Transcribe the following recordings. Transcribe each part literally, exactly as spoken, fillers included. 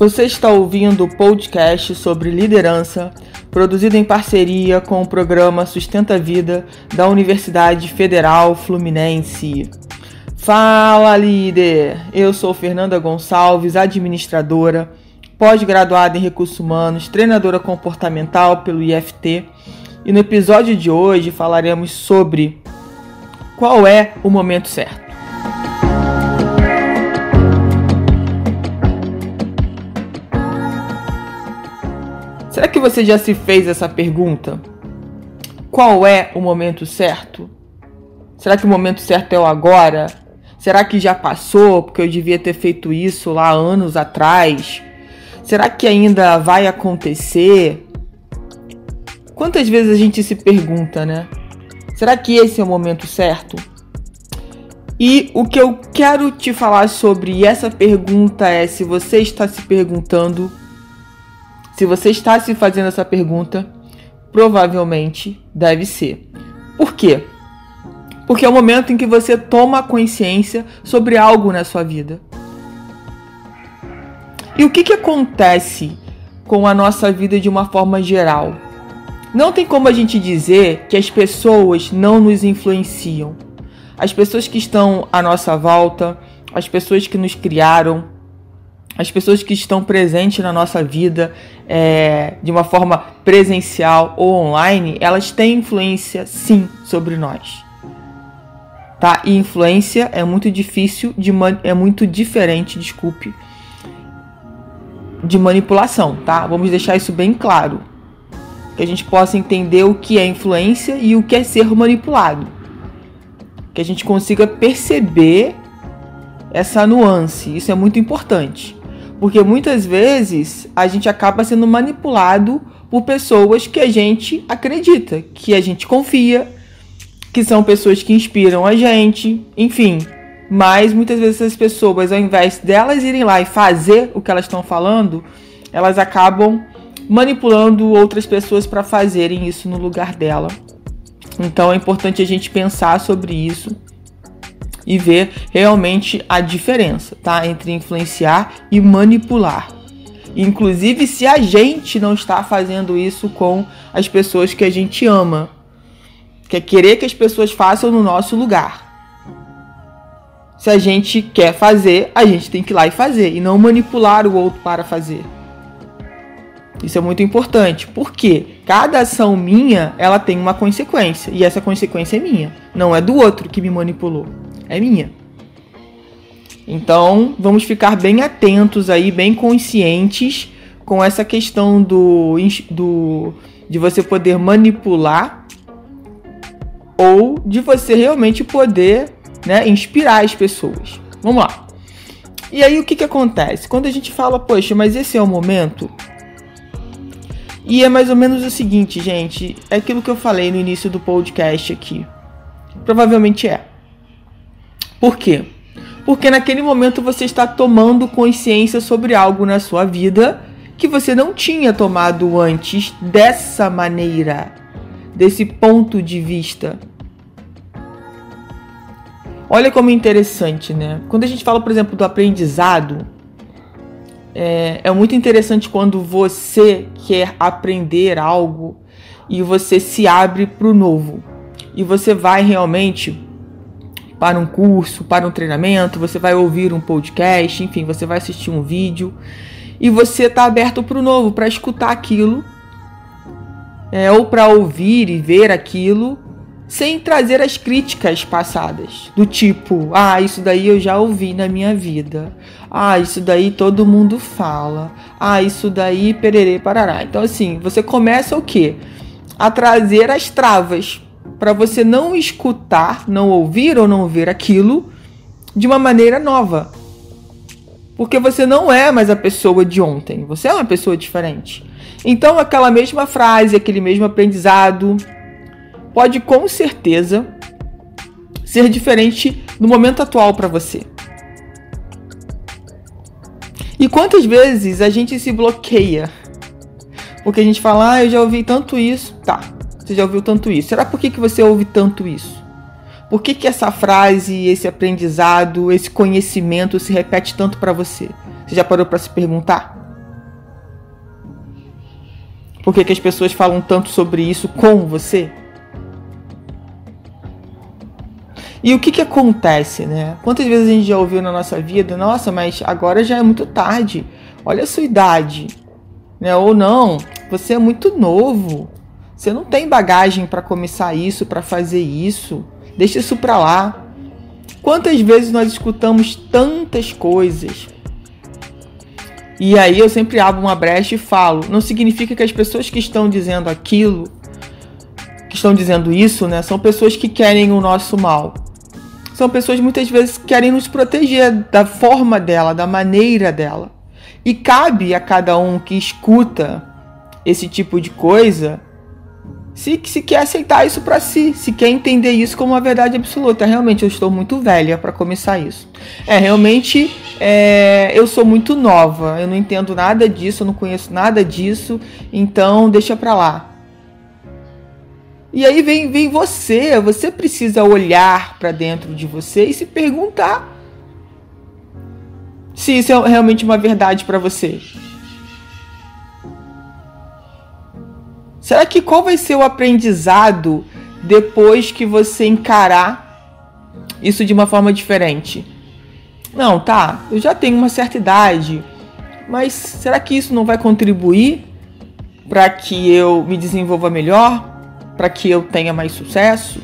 Você está ouvindo o podcast sobre liderança, produzido em parceria com o programa Sustenta a Vida da Universidade Federal Fluminense. Fala, líder! Eu sou Fernanda Gonçalves, administradora, pós-graduada em Recursos Humanos, treinadora comportamental pelo I F T, e no episódio de hoje falaremos sobre qual é o momento certo. Será que você já se fez essa pergunta? Qual é o momento certo? Será que o momento certo é o agora? Será que já passou porque eu devia ter feito isso lá anos atrás? Será que ainda vai acontecer? Quantas vezes a gente se pergunta, né? Será que esse é o momento certo? E o que eu quero te falar sobre essa pergunta é: se você está se perguntando, se você está se fazendo essa pergunta, provavelmente deve ser. Por quê? Porque é o momento em que você toma consciência sobre algo na sua vida. E o que, que acontece com a nossa vida de uma forma geral? Não tem como a gente dizer que as pessoas não nos influenciam. As pessoas que estão à nossa volta, as pessoas que nos criaram, as pessoas que estão presentes na nossa vida é, de uma forma presencial ou online, elas têm influência sim sobre nós. Tá? E influência é muito difícil, de man- é muito diferente, desculpe, de manipulação, tá? Vamos deixar isso bem claro. Que a gente possa entender o que é influência e o que é ser manipulado. Que a gente consiga perceber essa nuance. Isso é muito importante. Porque muitas vezes a gente acaba sendo manipulado por pessoas que a gente acredita, que a gente confia, que são pessoas que inspiram a gente, enfim. Mas muitas vezes essas pessoas, ao invés delas irem lá e fazer o que elas estão falando, elas acabam manipulando outras pessoas para fazerem isso no lugar dela. Então é importante a gente pensar sobre isso e ver realmente a diferença, tá? Entre influenciar e manipular. Inclusive se a gente não está fazendo isso com as pessoas que a gente ama. Que é querer que as pessoas façam no nosso lugar. Se a gente quer fazer, a gente tem que ir lá e fazer. E não manipular o outro para fazer. Isso é muito importante. Porque cada ação minha, ela tem uma consequência. E essa consequência é minha. Não é do outro que me manipulou. É minha. Então, vamos ficar bem atentos aí, bem conscientes com essa questão do, do, de você poder manipular ou de você realmente poder, né, inspirar as pessoas. Vamos lá. E aí, o que que acontece? Quando a gente fala, poxa, mas esse é o momento... E é mais ou menos o seguinte, gente, é aquilo que eu falei no início do podcast aqui. Provavelmente é. Por quê? Porque naquele momento você está tomando consciência sobre algo na sua vida que você não tinha tomado antes dessa maneira, desse ponto de vista. Olha como é interessante, né? Quando a gente fala, por exemplo, do aprendizado, é, é muito interessante quando você quer aprender algo e você se abre para o novo. E você vai realmente para um curso, para um treinamento, você vai ouvir um podcast, enfim, você vai assistir um vídeo e você está aberto para o novo, para escutar aquilo, é, ou para ouvir e ver aquilo, sem trazer as críticas passadas, do tipo, ah, isso daí eu já ouvi na minha vida, ah, isso daí todo mundo fala, ah, isso daí pererê parará. Então assim, você começa o quê? A trazer as travas, para você não escutar, não ouvir ou não ver aquilo de uma maneira nova. Porque você não é mais a pessoa de ontem, você é uma pessoa diferente. Então aquela mesma frase, aquele mesmo aprendizado pode com certeza ser diferente no momento atual para você. E quantas vezes a gente se bloqueia? Porque a gente fala, ah, eu já ouvi tanto isso. Tá, você já ouviu tanto isso. Será por que que você ouve tanto isso? Por que que essa frase, esse aprendizado, esse conhecimento se repete tanto para você? Você já parou para se perguntar? Por que que as pessoas falam tanto sobre isso com você? E o que que acontece, né? Quantas vezes a gente já ouviu na nossa vida, nossa, mas agora já é muito tarde, olha a sua idade, né? Ou não, você é muito novo, você não tem bagagem para começar isso, para fazer isso, deixa isso para lá. Quantas vezes nós escutamos tantas coisas? E aí eu sempre abro uma brecha e falo, não significa que as pessoas que estão dizendo aquilo, que estão dizendo isso, né, são pessoas que querem o nosso mal. São pessoas muitas vezes que querem nos proteger da forma dela, da maneira dela. E cabe a cada um que escuta esse tipo de coisa, se, se quer aceitar isso para si, se quer entender isso como uma verdade absoluta. Realmente eu estou muito velha para começar isso. É, realmente é, eu sou muito nova, eu não entendo nada disso, eu não conheço nada disso, então deixa para lá. E aí vem, vem você, você precisa olhar para dentro de você e se perguntar se isso é realmente uma verdade para você. Será que qual vai ser o aprendizado depois que você encarar isso de uma forma diferente? Não, tá, eu já tenho uma certa idade, mas será que isso não vai contribuir para que eu me desenvolva melhor? Para que eu tenha mais sucesso?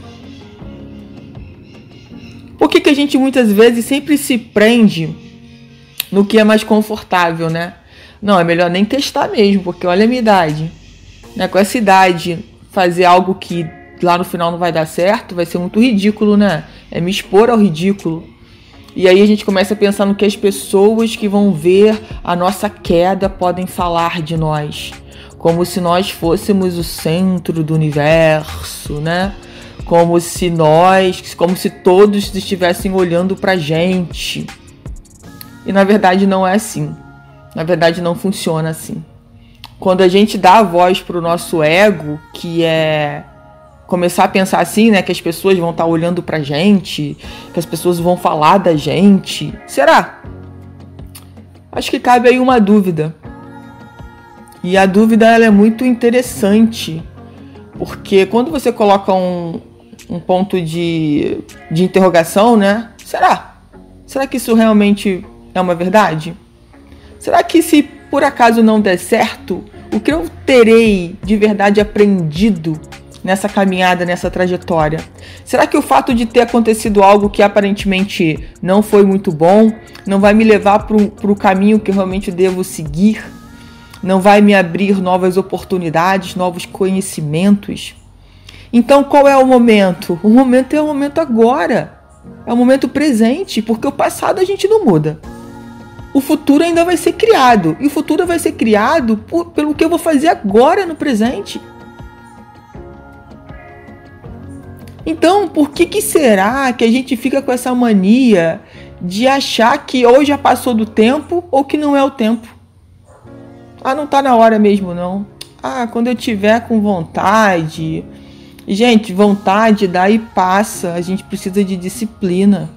Por que que a gente muitas vezes sempre se prende no que é mais confortável, né? Não, é melhor nem testar mesmo, porque olha a minha idade. Né? Com essa idade, fazer algo que lá no final não vai dar certo, vai ser muito ridículo, né? É me expor ao ridículo. E aí a gente começa a pensar no que as pessoas que vão ver a nossa queda podem falar de nós. Como se nós fôssemos o centro do universo, né? Como se nós, como se todos estivessem olhando pra gente. E na verdade não é assim. Na verdade não funciona assim. Quando a gente dá a voz pro nosso ego, que é começar a pensar assim, né? Que as pessoas vão estar olhando pra gente, que as pessoas vão falar da gente. Será? Acho que cabe aí uma dúvida. E a dúvida ela é muito interessante, porque quando você coloca um, um ponto de, de interrogação, né? Será? Será que isso realmente é uma verdade? Será que se por acaso não der certo, o que eu terei de verdade aprendido nessa caminhada, nessa trajetória? Será que o fato de ter acontecido algo que aparentemente não foi muito bom, não vai me levar para o caminho que eu realmente devo seguir? Não vai me abrir novas oportunidades, novos conhecimentos? Então qual é o momento? O momento é o momento agora. É o momento presente, porque o passado a gente não muda. O futuro ainda vai ser criado. E o futuro vai ser criado por, pelo que eu vou fazer agora no presente. Então, por que que será que a gente fica com essa mania de achar que ou já passou do tempo ou que não é o tempo? Ah, não tá na hora mesmo, não. Ah, quando eu tiver com vontade. Gente, vontade dá e passa. A gente precisa de disciplina.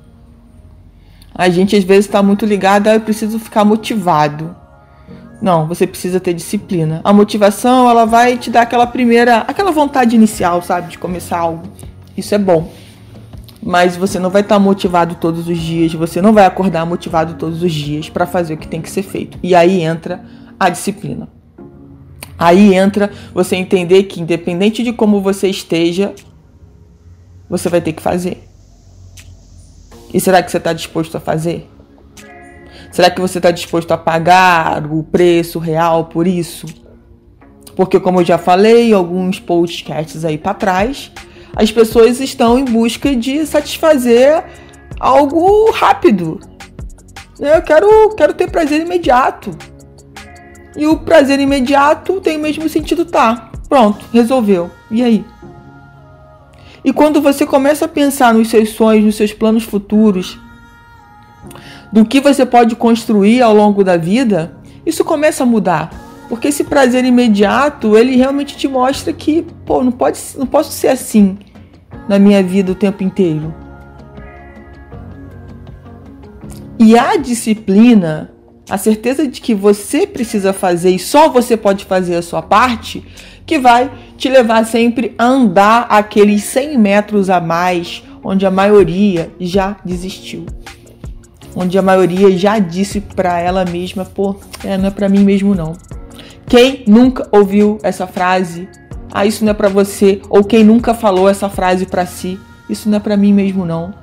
A gente às vezes está muito ligado, ah, eu preciso ficar motivado. Não, você precisa ter disciplina. A motivação, ela vai te dar aquela primeira, aquela vontade inicial, sabe, de começar algo. Isso é bom. Mas você não vai estar motivado todos os dias, você não vai acordar motivado todos os dias para fazer o que tem que ser feito. E aí entra a disciplina. Aí entra você entender que independente de como você esteja, você vai ter que fazer. E será que você está disposto a fazer? Será que você está disposto a pagar o preço real por isso? Porque, como eu já falei, alguns podcasts aí para trás, as pessoas estão em busca de satisfazer algo rápido. Eu quero, quero ter prazer imediato. E o prazer imediato tem o mesmo sentido, tá? Pronto, resolveu. E aí? E quando você começa a pensar nos seus sonhos, nos seus planos futuros, do que você pode construir ao longo da vida, isso começa a mudar. Porque esse prazer imediato, ele realmente te mostra que, pô, não, pode, não posso ser assim na minha vida o tempo inteiro. E a disciplina, a certeza de que você precisa fazer e só você pode fazer a sua parte, que vai te levar sempre a andar aqueles cem metros a mais, onde a maioria já desistiu. Onde a maioria já disse para ela mesma, pô, é, não é para mim mesmo não. Quem nunca ouviu essa frase? Ah, isso não é para você. Ou quem nunca falou essa frase para si? Isso não é para mim mesmo não.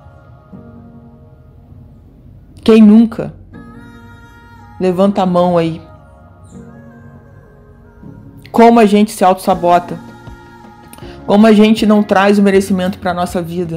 Quem nunca? Levanta a mão aí. Como a gente se auto-sabota. Como a gente não traz o merecimento para a nossa vida.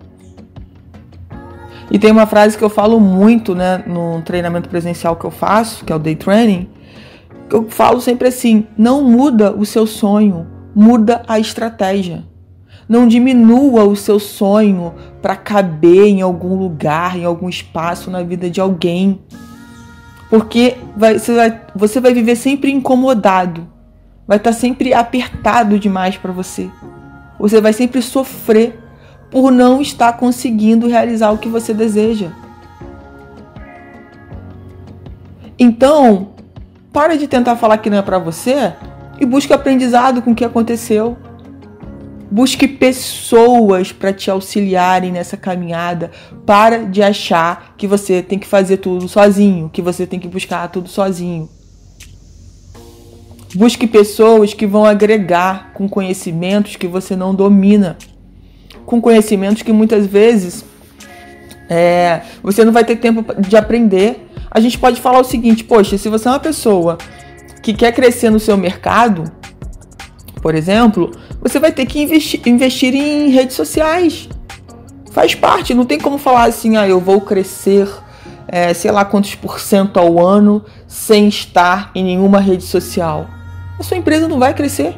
E tem uma frase que eu falo muito, né, no treinamento presencial que eu faço, que é o Day Training. Eu falo sempre assim, não muda o seu sonho, muda a estratégia. Não diminua o seu sonho para caber em algum lugar, em algum espaço na vida de alguém. Porque vai, você, vai, você vai viver sempre incomodado. Vai estar sempre apertado demais para você. Você vai sempre sofrer por não estar conseguindo realizar o que você deseja. Então, para de tentar falar que não é para você e busque aprendizado com o que aconteceu. Busque pessoas para te auxiliarem nessa caminhada. Para de achar que você tem que fazer tudo sozinho, que você tem que buscar tudo sozinho. Busque pessoas que vão agregar com conhecimentos que você não domina. Com conhecimentos que muitas vezes é, você não vai ter tempo de aprender. A gente pode falar o seguinte, poxa, se você é uma pessoa que quer crescer no seu mercado, por exemplo, você vai ter que investir, investir em redes sociais. Faz parte, não tem como falar assim, ah, eu vou crescer, é, sei lá quantos por cento ao ano sem estar em nenhuma rede social. A sua empresa não vai crescer.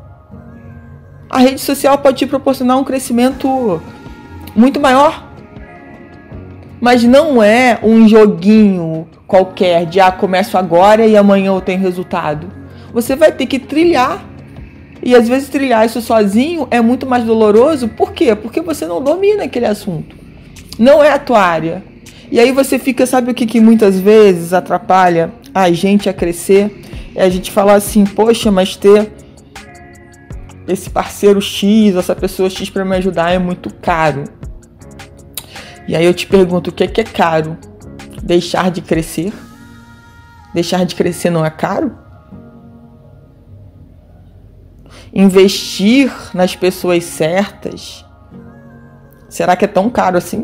A rede social pode te proporcionar um crescimento muito maior. Mas não é um joguinho qualquer de ah, começo agora e amanhã eu tenho resultado. Você vai ter que trilhar. E às vezes trilhar isso sozinho é muito mais doloroso. Por quê? Porque você não domina aquele assunto. Não é a tua área. E aí você fica, sabe o que, que muitas vezes atrapalha a gente a crescer? É a gente falar assim, poxa, mas ter esse parceiro X, essa pessoa X para me ajudar é muito caro. E aí eu te pergunto, o que é que é caro? Deixar de crescer? Deixar de crescer não é caro? Investir nas pessoas certas, será que é tão caro assim?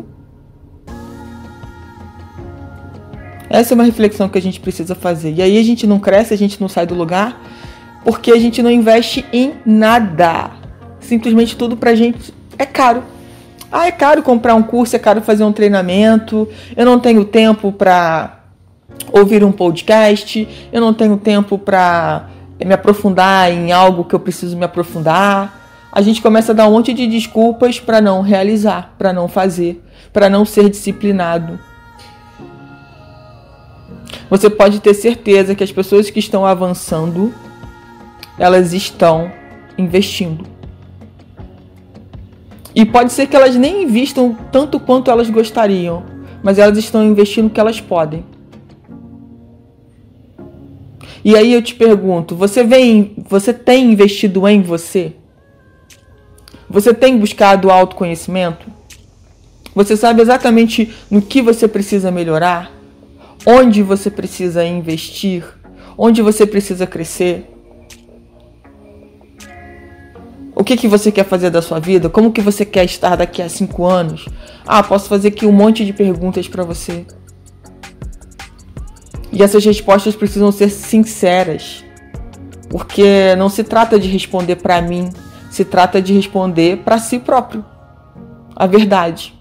Essa é uma reflexão que a gente precisa fazer. E aí a gente não cresce, a gente não sai do lugar, porque a gente não investe em nada. Simplesmente tudo pra gente é caro. Ah, é caro comprar um curso, é caro fazer um treinamento, eu não tenho tempo para ouvir um podcast, eu não tenho tempo para me aprofundar em algo que eu preciso me aprofundar. A gente começa a dar um monte de desculpas para não realizar, para não fazer, para não ser disciplinado. Você pode ter certeza que as pessoas que estão avançando, elas estão investindo. E pode ser que elas nem investam tanto quanto elas gostariam, mas elas estão investindo o que elas podem. E aí eu te pergunto, você, vem, você tem investido em você? Você tem buscado autoconhecimento? Você sabe exatamente no que você precisa melhorar? Onde você precisa investir? Onde você precisa crescer? O que, que você quer fazer da sua vida? Como que você quer estar daqui a cinco anos? Ah, posso fazer aqui um monte de perguntas para você. E essas respostas precisam ser sinceras. Porque não se trata de responder para mim. Se trata de responder para si próprio. A verdade.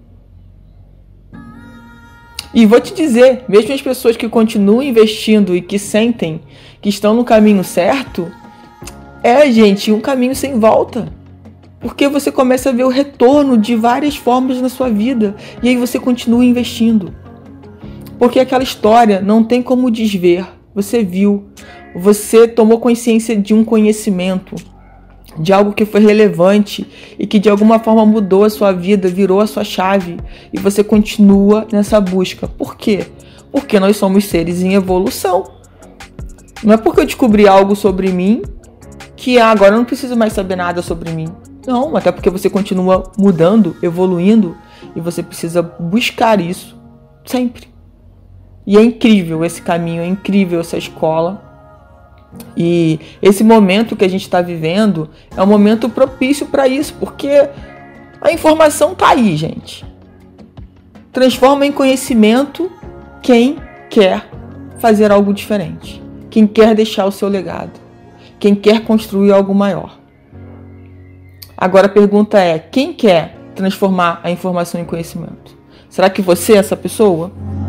E vou te dizer, mesmo as pessoas que continuam investindo e que sentem que estão no caminho certo, é, gente, um caminho sem volta. Porque você começa a ver o retorno de várias formas na sua vida. E aí você continua investindo. Porque aquela história não tem como desver. Você viu. Você tomou consciência de um conhecimento. De algo que foi relevante. E que de alguma forma mudou a sua vida. Virou a sua chave. E você continua nessa busca. Por quê? porque nós somos seres em evolução. Não é porque eu descobri algo sobre mim que ah, agora eu não preciso mais saber nada sobre mim. Não, até porque você continua mudando, evoluindo, e você precisa buscar isso sempre. E é incrível esse caminho, é incrível essa escola. E esse momento que a gente está vivendo é um momento propício para isso, porque a informação está aí, gente. Transforma em conhecimento quem quer fazer algo diferente, quem quer deixar o seu legado, quem quer construir algo maior. Agora a pergunta é, quem quer transformar a informação em conhecimento? Será que você é essa pessoa?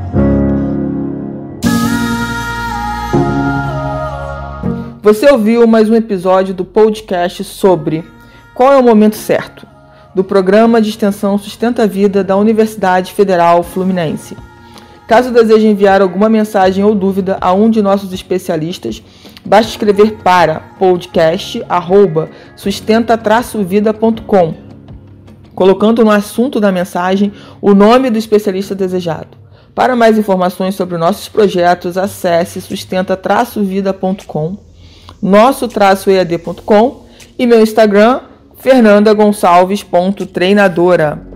Você ouviu mais um episódio do podcast sobre Qual é o Momento Certo, do programa de extensão Sustenta a Vida da Universidade Federal Fluminense. Caso deseje enviar alguma mensagem ou dúvida a um de nossos especialistas, basta escrever para podcast arroba sustenta traço vida ponto com, colocando no assunto da mensagem o nome do especialista desejado. Para mais informações sobre nossos projetos, acesse sustenta traço vida ponto com, nosso traço e a d ponto com e meu Instagram, fernanda gonçalves ponto treinadora.